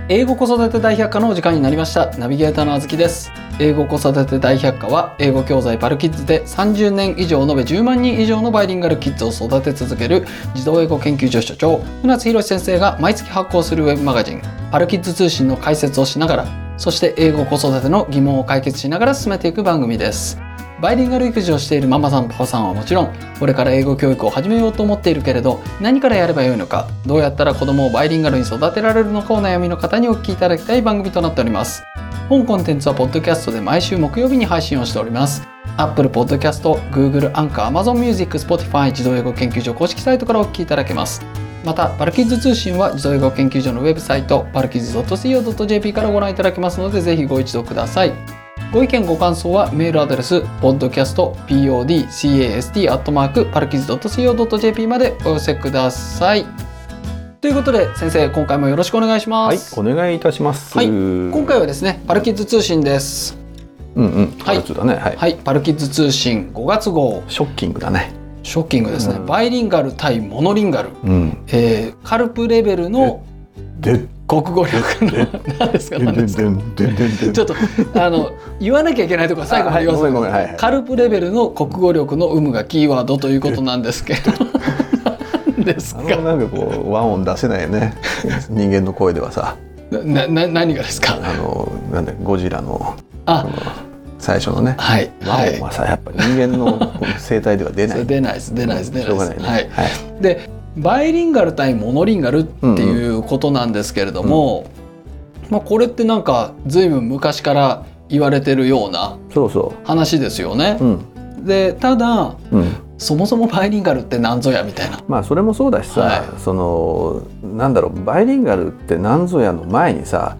英語子育て大百科のお時間になりました。ナビゲーターのあずきです。英語子育て大百科は英語教材パルキッズで30年以上延べ10万人以上のバイリンガルキッズを育て続ける児童英語研究所所長船津博史先生が毎月発行するウェブマガジンパルキッズ通信の解説をしながら、そして英語子育ての疑問を解決しながら進めていく番組です。バイリンガル育児をしているママさんパパさんはもちろん、これから英語教育を始めようと思っているけれど何からやればよいのか、どうやったら子供をバイリンガルに育てられるのかお悩みの方にお聞きいただきたい番組となっております。本コンテンツはポッドキャストで毎週木曜日に配信をしております。 Apple Podcast、Google、Anchor、Amazon Music、Spotify 児童英語研究所公式サイトからお聞きいただけます。またパルキッズ通信は児童英語研究所のウェブサイトパルキッズ .co.jp からご覧いただけますので、ぜひご一読ください。ご意見ご感想はメールアドレス podcast@parkids.co.jp までお寄せください。ということで先生、今回もよろしくお願いします。 はい、お願いいたします。 はい、今回はですねパルキッズ通信です。 パルツだね。はい、 はい、パルキッズ通信5月号。 ショッキングだね。 ショッキングですね。バイリンガル対モノリンガル、カルプレベルの国語力の何ですか、ちょっと言わなきゃいけないところは最後まで言わせて、カルプレベルの国語力の有無がキーワードということなんですけど何ですか。 なんかこう和音出せないよね人間の声ではさ。 何がですか。 なんだゴジラの最初のね、和音はさ、やっぱり人間の声帯では出ない出ないです。しょうがないね。でバイリンガル対モノリンガルっていうことなんですけれども、これってなんか随分昔から言われてるような話ですよね。でただ、そもそもバイリンガルって何ぞやみたいな。 それもそうだしさ、なんだろう、バイリンガルって何ぞやの前にさ、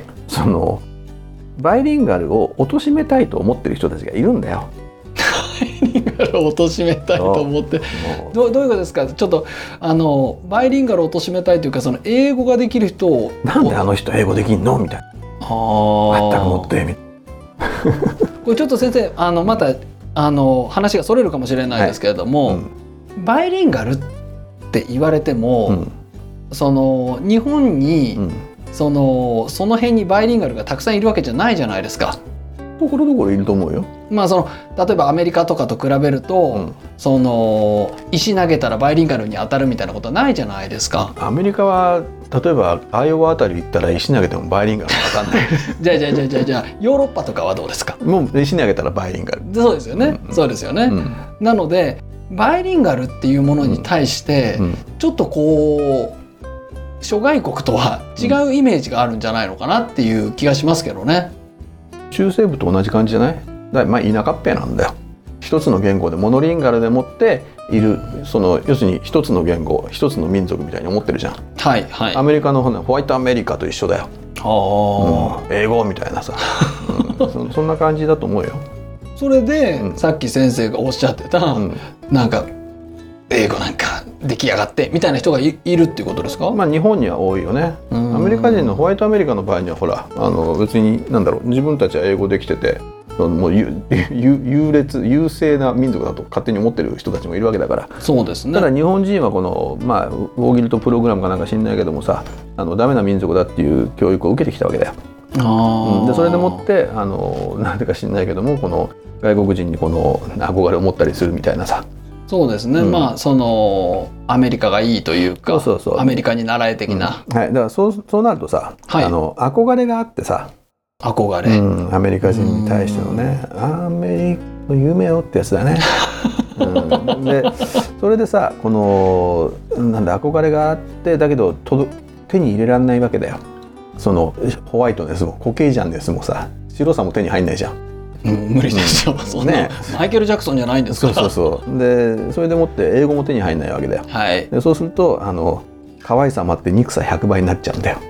バイリンガルを貶めたいと思ってる人たちがいるんだよ。 バイリンガルを貶めたいと思って、どういうことですか。ちょっとバイリンガルを貶めたいというか、その英語ができる人をなんであの人英語できんのみたいな、全くもってみたいなこれちょっと先生また話がそれるかもしれないですけれども、バイリンガルって言われても、その日本に、その辺にバイリンガルがたくさんいるわけじゃないじゃないですか。 ところどころいると思うよ。 例えばアメリカとかと比べると、石投げたらバイリンガルに当たるみたいなことはないじゃないですか。 アメリカは例えばアイオワあたり行ったら石投げてもバイリンガル当たんないじゃあヨーロッパとかはどうですか。 もう石投げたらバイリンガル。 そうですよね、そうですよね、なのでバイリンガルっていうものに対して、ちょっとこう諸外国とは違うイメージがあるんじゃないのかなっていう気がしますけどね。 中西部と同じ感じじゃない。田舎っぺなんだよ。一つの言語でモノリンガルでもっている、要するに一つの言語一つの民族みたいに思ってるじゃん。アメリカのホワイトアメリカと一緒だよ。英語みたいなさ、そんな感じだと思うよ。 それで、さっき先生がおっしゃってた、なんか英語なんか出来上がってみたいな人が いるっていうことですか。 日本には多いよね。アメリカ人のホワイトアメリカの場合にはほら別に自分たちは英語できててもう優勢な民族だと勝手に思ってる人たちもいるわけだから。そうですね。ただ日本人はこのウォーギルトプログラムかなんか知んないけどもさ、ダメな民族だっていう教育を受けてきたわけだよ。でそれでもってなんでか知んないけども、この外国人にこの憧れを持ったりするみたいなさ。 そうですね、アメリカがいいというか、アメリカに習え的な、 だからそうなるとさ、憧れがあってさ、アメリカ人に対してのね、アメリカの夢よってやつだねでそれでさ、この憧れがあって、だけど手に入れられないわけだよ。そのホワイトネスもコケイジャンネスもさ、白さも手に入んないじゃん。 無理ですよ、そんなマイケル・ジャクソンじゃないんですから。 でそれでもって英語も手に入んないわけだよ。でそうすると可愛さもあって憎さ100倍になっちゃうんだよ。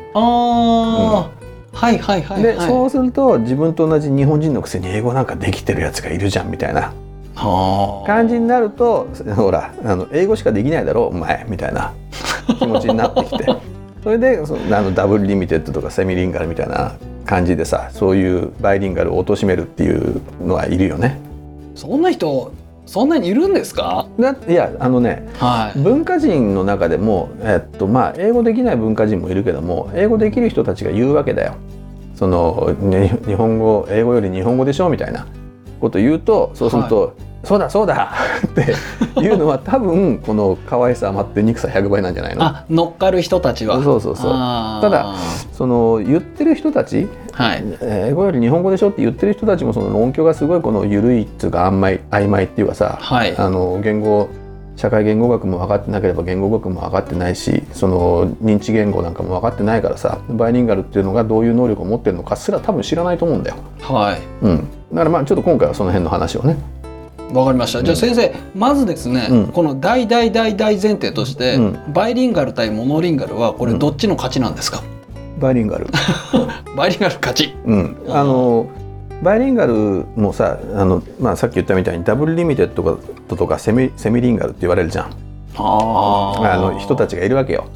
でそうすると自分と同じ日本人のくせに英語なんかできてるやつがいるじゃんみたいな感じになると、ほら英語しかできないだろお前みたいな気持ちになってきてそれでダブルリミテッドとかセミリンガルみたいな感じでさ、そういうバイリンガルを貶めるっていうのはいるよね。 そんな人そんなにいるんですか？ いやはい、 文化人の中でも、英語できない文化人もいるけども、英語できる人たちが言うわけだよ。その、ね、英語より日本語でしょみたいなこと言うと、そうすると、そうだそうだっていうのは多分この可愛さ余って憎さ100倍なんじゃないの？ 乗っかる人たちは。 そうただその言ってる人たち、英語より日本語でしょって言ってる人たちもその音響がすごいこの緩いっていうか曖昧っていうかさ、社会言語学も分かってなければ言語学も分かってないし、その認知言語なんかも分かってないからさ、バイリンガルっていうのがどういう能力を持ってるのかすら多分知らないと思うんだよ。だからちょっと今回はその辺の話をね。 わかりました。じゃあ先生、まずですね、この大前提として、バイリンガル対モノリンガルはこれどっちの勝ちなんですか？ バイリンガルバイリンガル勝ち。 バイリンガルもさ、さっき言ったみたいにダブルリミテッドとかセミリンガルって言われるじゃん。人たちがいるわけよ。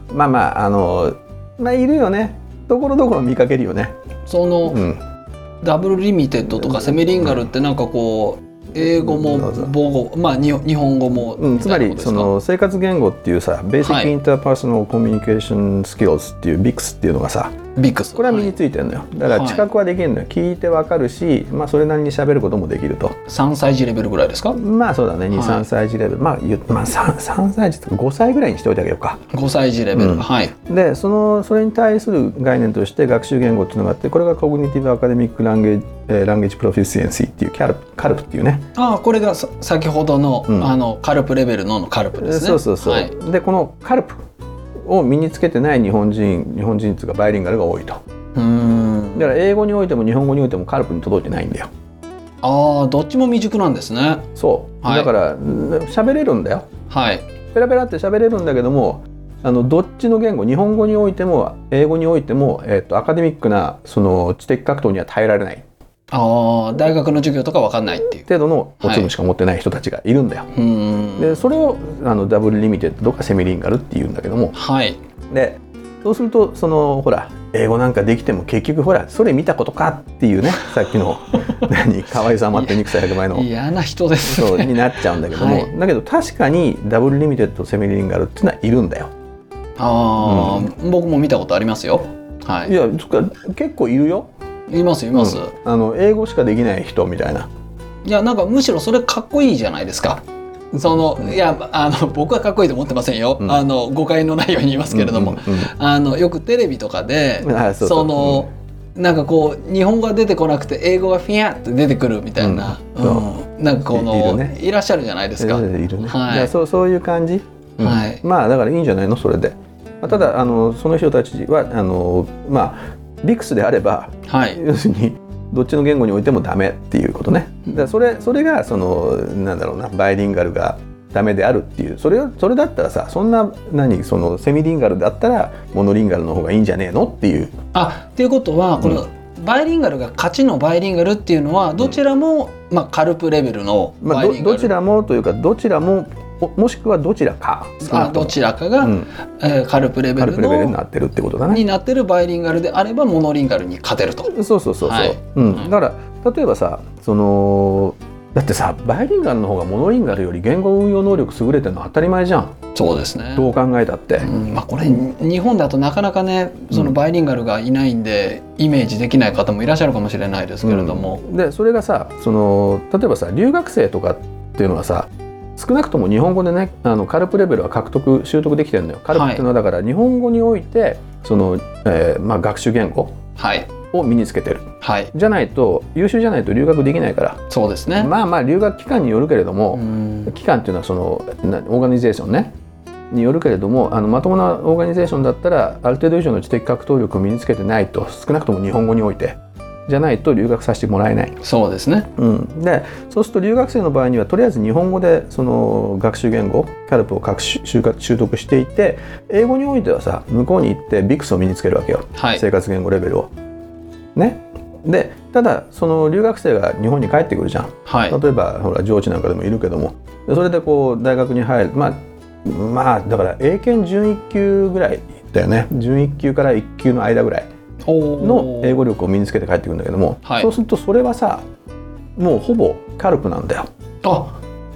いるよね。ところどころ見かけるよね。 その、ダブルリミテッドとかセミリンガルってなんかこう英語も母語、日本語も、 つまりその生活言語っていうさ、ベーシックインターパーソナルコミュニケーションスキルズっていう BICS っていうのがさ、これは身についてるのよ。だから知覚はできるのよ。聞いてわかるし、それなりに喋ることもできると。3 歳児レベルぐらいですか？ そうだね、2、3歳児レベル、3歳児とか5歳ぐらいにしておいてあげようか。 5歳児レベル、 でそれに対する概念として学習言語っていうのがあって、これがコグニティブアカデミックランゲージプロフィシエンシーっていうカルプっていうね。 これが先ほどの、カルプレベルのカルプですね。 そう。でこのカルプを身につけてない日本人っていうかバイリンガルが多いと。だから英語においても日本語においてもカルプに届いてないんだよ。どっちも未熟なんですね。そう、だから喋れるんだよ。ペラペラって喋れるんだけども、どっちの言語、日本語においても英語においても、アカデミックなその知的格闘には耐えられない。 大学の授業とか分かんないっていう程度のおつむしか持ってない人たちがいるんだよ。でそれをダブルリミテッドとかセミリンガルっていうんだけども、でそうするとそのほら英語なんかできても結局ほらそれ見たことかっていうね、さっきの可愛さ余って憎さ100倍の嫌な人ですね。 そうになっちゃうんだけども、だけど確かにダブルリミテッドセミリンガルっていうのはいるんだよ。 僕も見たことありますよ。 いや結構いるよ。 います。 英語しかできない人みたいな。 いやなんかむしろそれかっこいいじゃないですか。いや僕はかっこいいと思ってませんよ。誤解のないように言いますけれども、よくテレビとかでなんかこう日本語が出てこなくて英語がフィヤッと出てくるみたいな、なんかいらっしゃるじゃないですか。 いるね。そういう感じ。だからいいんじゃないのそれで。ただその人たちはビクスであれば、要するにどっちの言語においてもダメっていうことね。だそれがそのなんだろうな、バイリンガルがダメであるっていう、それだったらさ、そのセミリンガルだったらモノリンガルの方がいいんじゃねえのっていう。っていうことはこのバイリンガルが勝ちのバイリンガルっていうのはどちらも、カルプレベルのバイリンガル、 どちらもというかどちらももしくはどちらかどちらかが、カルプレベルになってるってことだね。 になってるバイリンガルであればモノリンガルに勝てると。 そう、だから例えばさ、だってさバイリンガルの方がモノリンガルより言語運用能力優れてるのは当たり前じゃん。 そうですね。 どう考えたって、 これ日本だとなかなかねそのバイリンガルがいないんで、イメージできない方もいらっしゃるかもしれないですけれども、 でそれがさ例えばさ留学生とかっていうのはさ、少なくとも日本語でねカルプレベルは習得できてるのよ。カルプっていうのはだから日本語において学習言語を身につけてる、じゃないと優秀じゃないと留学できないから。 そうですね。 留学期間によるけれども、期間っていうのはそのオーガニゼーションねによるけれども、まともなオーガニゼーションだったらある程度以上の知的格闘力を身につけてないと、少なくとも日本語においてじゃないと留学させてもらえない。 そうですね。 でそうすると留学生の場合にはとりあえず日本語でその学習言語カルプを習得していて、英語においてはさ向こうに行ってビクスを身につけるわけよ、生活言語レベルをね。でただその留学生が日本に帰ってくるじゃん、例えばほら上智なんかでもいるけども、それでこう大学に入る、だから英検準1級ぐらいだよね。準1級から1級の間ぐらいの英語力を身につけて帰ってくるんだけども、そうするとそれはさもうほぼカルプなんだよ。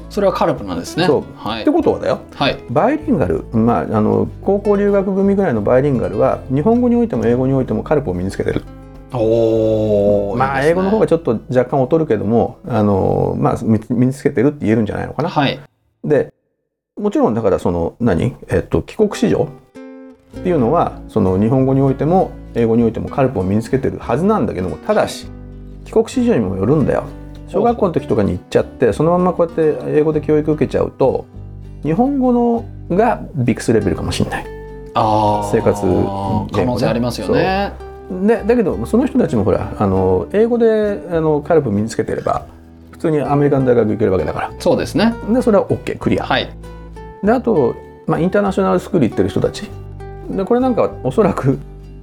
それはカルプなんですね。 そう、 はい、 ってことはだよ、 はい、 バイリンガル、高校留学組ぐらいのバイリンガルは日本語においても英語においてもカルプを身につけてる。 おー、いいですね。 英語の方がちょっと若干劣るけども、身につけてるって言えるんじゃないのかな。 はい、 でもちろんだからその帰国子女っていうのはその日本語においても英語においてもカルプを身につけてるはずなんだけども、ただし帰国子女にもよるんだよ。小学校の時とかに行っちゃってそのままこうやって英語で教育受けちゃうと日本語のがビクスレベルかもしれない。生活可能性ありますよね。 だけどその人たちもほら英語でカルプ身につけてれば普通にアメリカの大学行けるわけだから。 そうですね。 でそれは OK クリア。 はい。 であと、インターナショナルスクール行ってる人たちでこれなんかはおそらく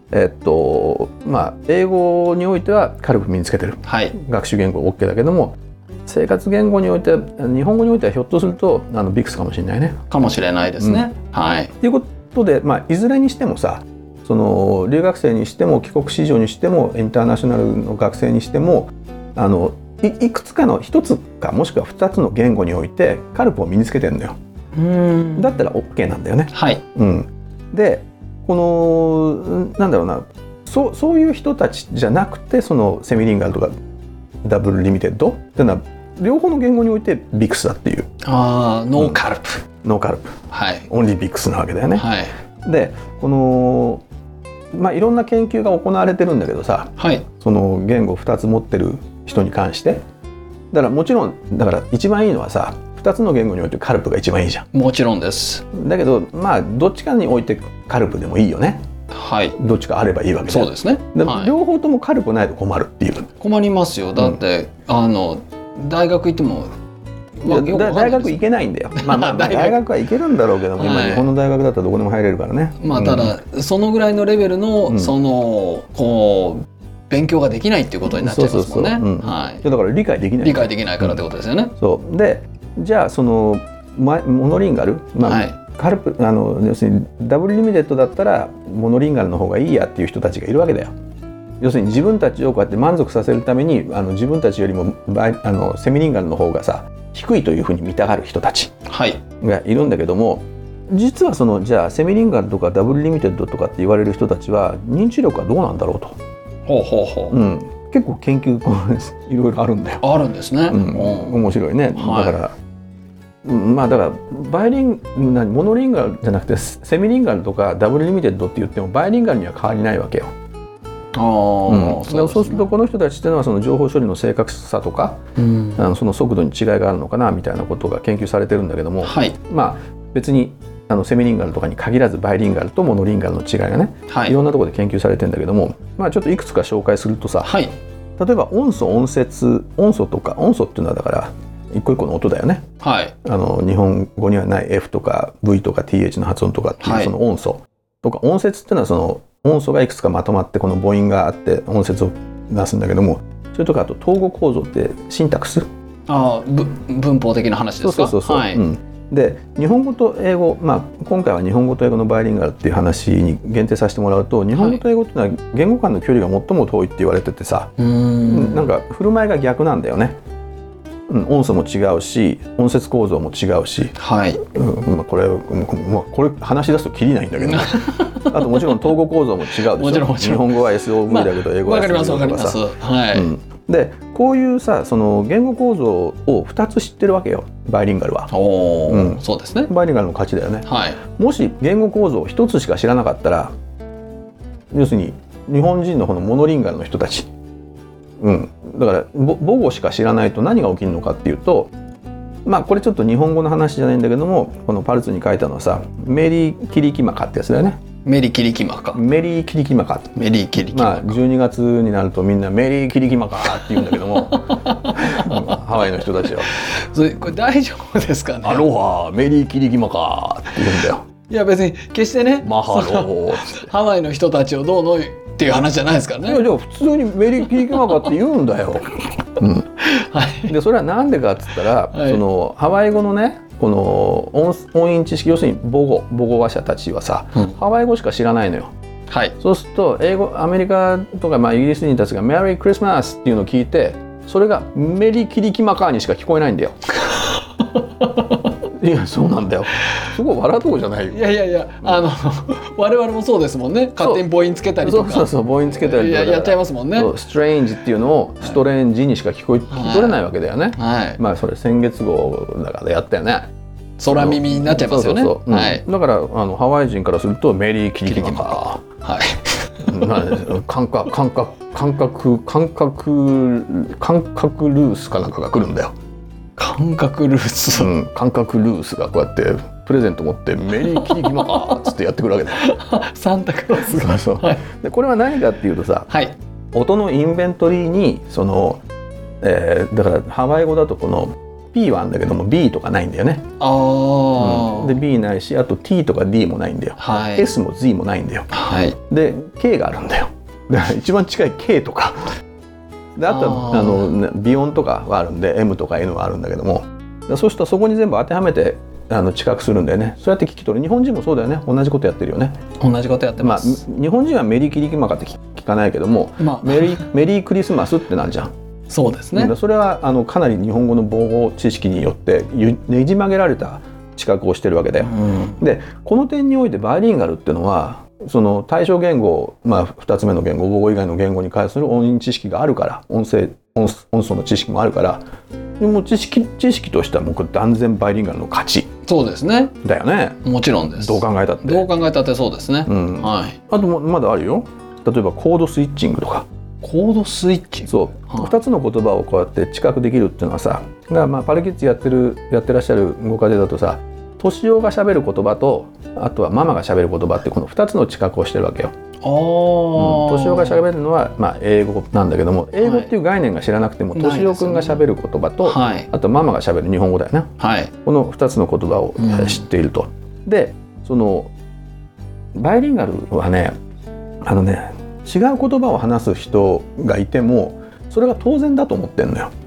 英語においてはカルプ身につけてる、はい、学習言語 OK だけども生活言語においては日本語においてはひょっとするとビクスかもしれないね。 かもしれないですね。はい。 ということで、いずれにしてもさその留学生にしても帰国子女にしてもインターナショナルの学生にしてもいくつかの一つかもしくは2つの言語においてカルプを身につけてるんだよ。だったら OK なんだよね。 はい。 でこのなんだろうなそういう人たちじゃなくてそのセミリンガルとかダブルリミテッドっていうのは両方の言語においてビクスだっていう。 ノーカルプ。 ノーカルプ。 はい。 オンリービクスなわけだよね。 はい。 でこのいろんな研究が行われてるんだけどさ、はい、その言語2つ持ってる人に関してだからもちろんだから一番いいのはさ2つの言語においてカルプが一番いいじゃん。 もちろんです。 だけどどっちかにおいてカルプでもいいよね。はい。どっちかあればいいわけで。 そうですね。 両方ともカルプないと困るっていう。 困りますよ。だって、大学行っても大学行けないんだよ。大学は行けるんだろうけども、今日本の大学だったらどこでも入れるからね。 ただそのぐらいのレベルのそのこう勉強ができないっていうことになっちゃいますもんね。 だから理解できないからってことですよね。 そうでじゃあそのモノリンガル、カルプ要するにダブルリミテッドだったらモノリンガルの方がいいやっていう人たちがいるわけだよ。要するに自分たちをこうやって満足させるために自分たちよりもセミリンガルの方がさ低いというふうに見たがる人たちがいるんだけども、実はそのじゃあセミリンガルとかダブルリミテッドとかって言われる人たちは認知力はどうなんだろうと。結構研究いろいろあるんだよ。 あるんですね。 面白いね。だからバイリンモノリンガルじゃなくてセミリンガルとかダブルリミテッドって言ってもバイリンガルには変わりないわけよ。そうするとこの人たちっていうのはその情報処理の正確さとか、その速度に違いがあるのかなみたいなことが研究されてるんだけども、別にセミリンガルとかに限らずバイリンガルとモノリンガルの違いがね、いろんなところで研究されてるんだけども、ちょっといくつか紹介するとさ、例えば音素音節音素とか音素っていうのはだから一個一個の音だよね。日本語にはない F とか V とか TH の発音とかっていうその音素とか音節っていうのはその音素がいくつかまとまってこの母音があって音節を出すんだけども、それとかあと統合構造ってシンタクス。 文法的な話ですか。 で日本語と英語、今回は日本語と英語のバイリンガルっていう話に限定させてもらうと、日本語と英語っていうのは言語間の距離が最も遠いって言われててさ、なんか振る舞いが逆なんだよね。音素も違うし音節構造も違うし、これ話し出すとキリないんだけどあともちろん統合構造も違うでしょ。日本語は SOV だけど英語は SOV とかさ。でこういうさその言語構造を2つ知ってるわけよバイリンガルは。 そうですね。 バイリンガルの勝ちだよね。もし言語構造を1つしか知らなかったら要するに日本人のこのモノリンガルの人たち、だから母語しか知らないと何が起きるのかっていうと、これちょっと日本語の話じゃないんだけども、このパルツに書いたのはさメリーキリキマカってやつだよね。 メリーキリキマカ。 12月になるとみんなメリーキリキマカって言うんだけどもハワイの人たちはこれ大丈夫ですかね。 アロハメリーキリキマカって言うんだよ。 いや別に決してねマハローハワイの人たちをどうのっていう話じゃないですからね。 いや普通にメリーキリキマカって言うんだよ。でそれはなんでかっつったら、そのハワイ語のねこの音韻知識、要するに母語話者たちはさ、ハワイ語しか知らないのよ。そうするとアメリカとかイギリス人たちがメリークリスマスっていうのを聞いて、それがメリーキリキマカーにしか聞こえないんだよ。 いやそうなんだよ。すごい笑うとこじゃないよ。 いやいやいや、我々もそうですもんね。勝手に母音つけたりとか。 そう母音つけたりとかやっちゃいますもんね。 ストレンジっていうのをストレンジにしか聞き取れないわけだよね。 はい。 まあそれ先月号だからやったよね。 空耳になっちゃいますよね。 そう、はい。だからハワイ人からするとメリーキリキマカ。 はい。 感覚ルースかなんかが来るんだよ。 感覚ルース、 感覚ルースがこうやってプレゼント持ってメリーキリキマカーっつってやってくるわけだよ。 サンタクロースが。 そう、はい、でこれは何かっていうとさ、はい、音のインベントリーにだからハワイ語だとこの P はあるんだけども B とかないんだよね。で B ないし、あと T とか D もないんだよ。はい、S も Z もないんだよ。はい、で K があるんだよ。だから一番近い K とかで、あとは微音とかはあるんで M とか N はあるんだけども、そうするとそこに全部当てはめて知覚するんだよね。そうやって聞き取る。日本人もそうだよね。同じことやってるよね。 同じことやってます。 日本人はメリーキリキマカって聞かないけども、メリークリスマスってなるじゃん。 そうですね。 それはかなり日本語の防護知識によってねじ曲げられた知覚をしてるわけだよ。でこの点においてバイリンガルっていうのはその対象言語、2つ目の言語、母語以外の言語に関する音韻知識があるから、音素の知識もあるから、でも知識としてはもう断然バイリンガルの勝ち。 そうですね。 だよね。 もちろんです。 どう考えたって。 そうですね。はい。 あとまだあるよ。例えばコードスイッチングとか。 コードスイッチング。 そう。2つの言葉をこうやって知覚できるっていうのはさ、パルキッズやってらっしゃるご家庭だとさ、年男が喋る言葉とあとはママが喋る言葉ってこの2つの知覚をしてるわけよ。年男が喋るのは英語なんだけども、英語っていう概念が知らなくても年男くんが喋る言葉と、あとママが喋る日本語だよね。この2つの言葉を知っていると。でそのバイリンガルはね違う言葉を話す人がいてもそれが当然だと思ってんのよ。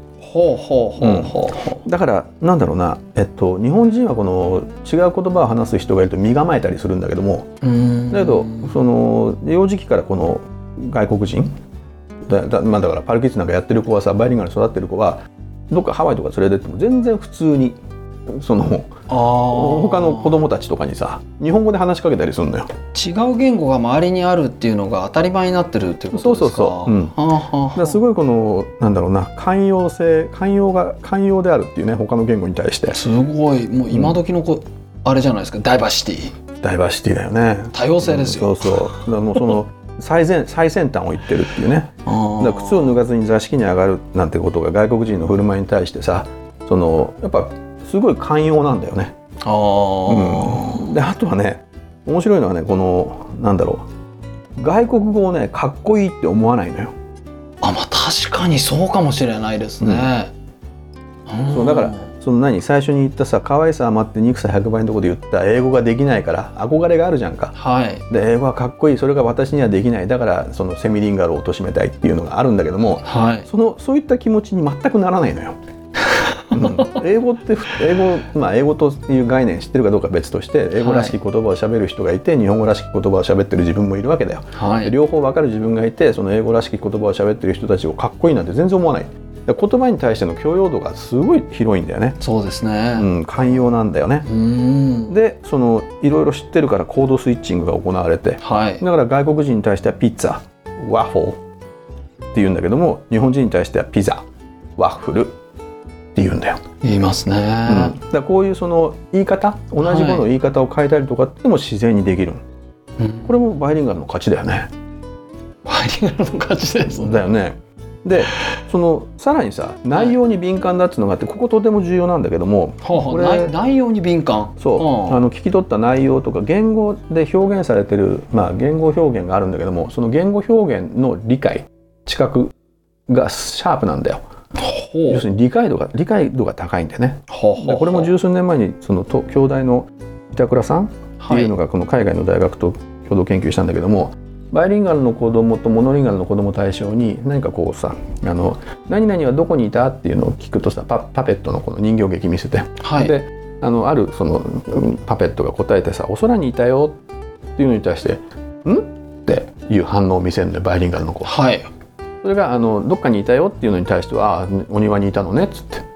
だからなんだろうな、日本人はこの違う言葉を話す人がいると身構えたりするんだけども、だけどその幼児期からこの外国人だからパルキッズなんかやってる子はさ、バイリンガルに育ってる子はどっかハワイとか連れてっても全然普通にその他の子供たちとかにさ日本語で話しかけたりするんだよ。 違う言語が周りにあるっていうのが当たり前になってるっていうことですか。 だからすごいこのなんだろうな、寛容であるっていうね、他の言語に対してすごいもう今時のあれじゃないですか、ダイバーシティだよね。 多様性ですよ。 だからもうその最先端を言ってるっていうね。だから靴を脱がずに座敷に上がるなんてことが外国人の振る舞いに対してさ、そのやっぱすごい寛容なんだよね。であとはね、面白いのはね、このなんだろう、外国語をねかっこいいって思わないのよ。 確かにそうかもしれないですね。 そうだからその最初に言ったさ、可愛さ余って憎さ100倍のところで言った英語ができないから憧れがあるじゃんか。で英語はかっこいい、それが私にはできない、だからそのセミリンガルを貶めたいっていうのがあるんだけども、そういった気持ちに全くならないのよ。英語という概念知ってるかどうかは別として、英語らしき言葉を喋る人がいて、日本語らしき言葉を喋ってる自分もいるわけだよ。両方分かる自分がいて、その英語らしき言葉を喋ってる人たちをかっこいいなんて全然思わない。言葉に対しての許容度がすごい広いんだよね。 そうですね。 寛容なんだよね。でそのいろいろ知ってるからコードスイッチングが行われて、だから外国人に対してはピッツァ、ワッフルって言うんだけども、日本人に対してはピザ、ワッフルって言うんだよ。 言いますね。 だからこういうその言い方、同じものの言い方を変えたりとかっていうのも自然にできる。これもバイリンガルの勝ちだよね。 バイリンガルの勝ちですね。 だよね。でそのさらにさ、内容に敏感だっていうのがあって、こことても重要なんだけども、 これ内容に敏感。 聞き取った内容とか言語で表現されてる、言語表現があるんだけども、その言語表現の理解、知覚がシャープなんだよ。要するに理解度が高いんでね。これも十数年前にその京大の板倉さんっていうのがこの海外の大学と共同研究したんだけども、バイリンガルの子供とモノリンガルの子供を対象に何かこうさ、何々はどこにいたっていうのを聞くとさ、パペットのこの人形劇見せて、であるそのパペットが答えてさ、お空にいたよっていうのに対してんっていう反応を見せるんで、バイリンガルの子。それがどっかにいたよっていうのに対しては、お庭にいたのねっつって、普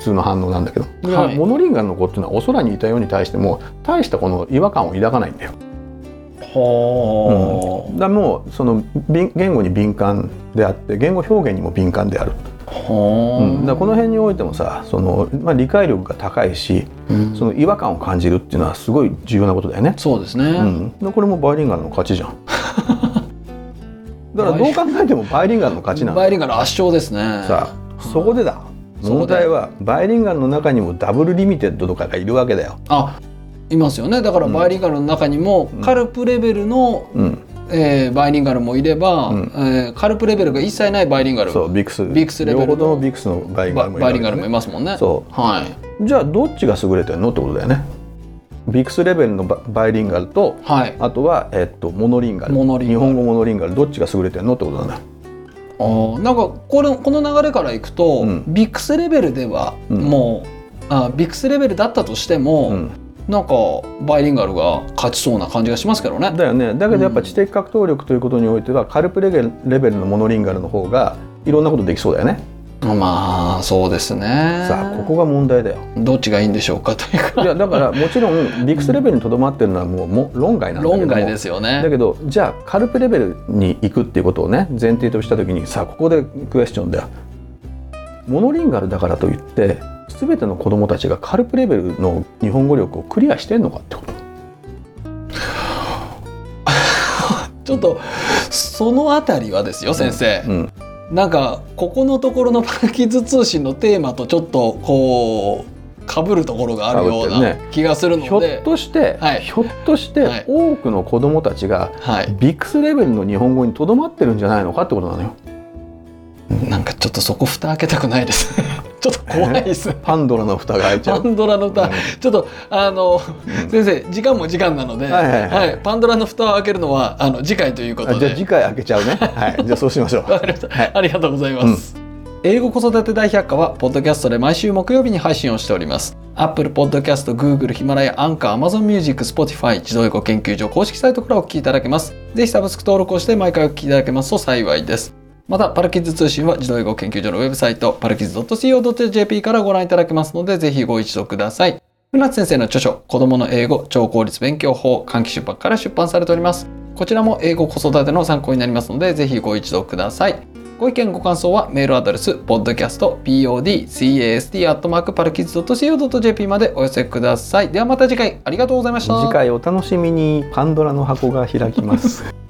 通の反応なんだけど、 はいモノリンガルの子っていうのはお空にいたように対しても大したこの違和感を抱かないんだよ。 はだからもうその言語に敏感であって言語表現にも敏感である。だからこの辺においてもさその、理解力が高いし、その違和感を感じるっていうのはすごい重要なことだよね。 そうですね、 これもバイリンガルの勝ちじゃん。だからどう考えてもバイリンガルの勝ちなんだ。 バイリンガル圧勝ですね。 さあそこでだ、問題はバイリンガルの中にもダブルリミテッドとかがいるわけだよ。 いますよね。だからバイリンガルの中にもカルプレベルの、バイリンガルもいれば、カルプレベルが一切ないバイリンガル、 そうビクスレベルの両方ともビクスのバイリンガルもいるわけだよね。 バイリンガルもいますもんね。 そう、 はい、 じゃあどっちが優れてるのってことだよね。ビクスレベルのバイリンガルと、 はい、 あとは、モノリンガル、日本語モノリンガルどっちが優れてるのってことだね。 なんかこの流れからいくと、ビクスレベルではもう、ビクスレベルだったとしても、なんかバイリンガルが勝ちそうな感じがしますけどね。 だよね。だけどやっぱ知的格闘力ということにおいては、カルプレベルのモノリンガルの方がいろんなことできそうだよね。 まあそうですね。 さあここが問題だよ。 どっちがいいんでしょうかというか。 いやだからもちろんビクスレベルにとどまってるのはもう論外なんだけども、 論外ですよね。 だけどじゃあカルプレベルに行くっていうことをね前提とした時にさあここでクエスチョンだよ。モノリンガルだからといって全ての子どもたちがカルプレベルの日本語力をクリアしてんのかってこと。 ちょっとそのあたりはですよ先生、なんかここのところのパルキッズ通信のテーマとちょっとこう被るところがあるような気がするので、 ひょっとして多くの子どもたちがビクスレベルの日本語にとどまってるんじゃないのかってことなのよ。 なんかちょっとそこ蓋開けたくないですちょっと怖いですパンドラの蓋が開いちゃう。 パンドラの蓋、ちょっと先生時間も時間なので、パンドラの蓋を開けるのは次回ということで。 じゃあ次回開けちゃうね。はい、じゃあそうしましょう。 わかりました、ありがとうございます、英語子育て大百科はポッドキャストで毎週木曜日に配信をしております。 Apple Podcast、Google、ヒマラヤ、アンカー、Amazon Music、Spotify、児童英語研究所公式サイトからお聞きいただけます。ぜひサブスク登録をして毎回お聞きいただけますと幸いです。またパルキッズ通信は児童英語研究所のウェブサイトパルキッズ .co.jp からご覧いただけますので、ぜひご一読ください。船津先生の著書子どもの英語超効率勉強法、換気出版から出版されております。こちらも英語子育ての参考になりますので、ぜひご一読ください。ご意見ご感想はメールアドレス podcast.podcast@parkids.co.jp までお寄せください。ではまた次回ありがとうございました。 次回お楽しみに。パンドラの箱が開きます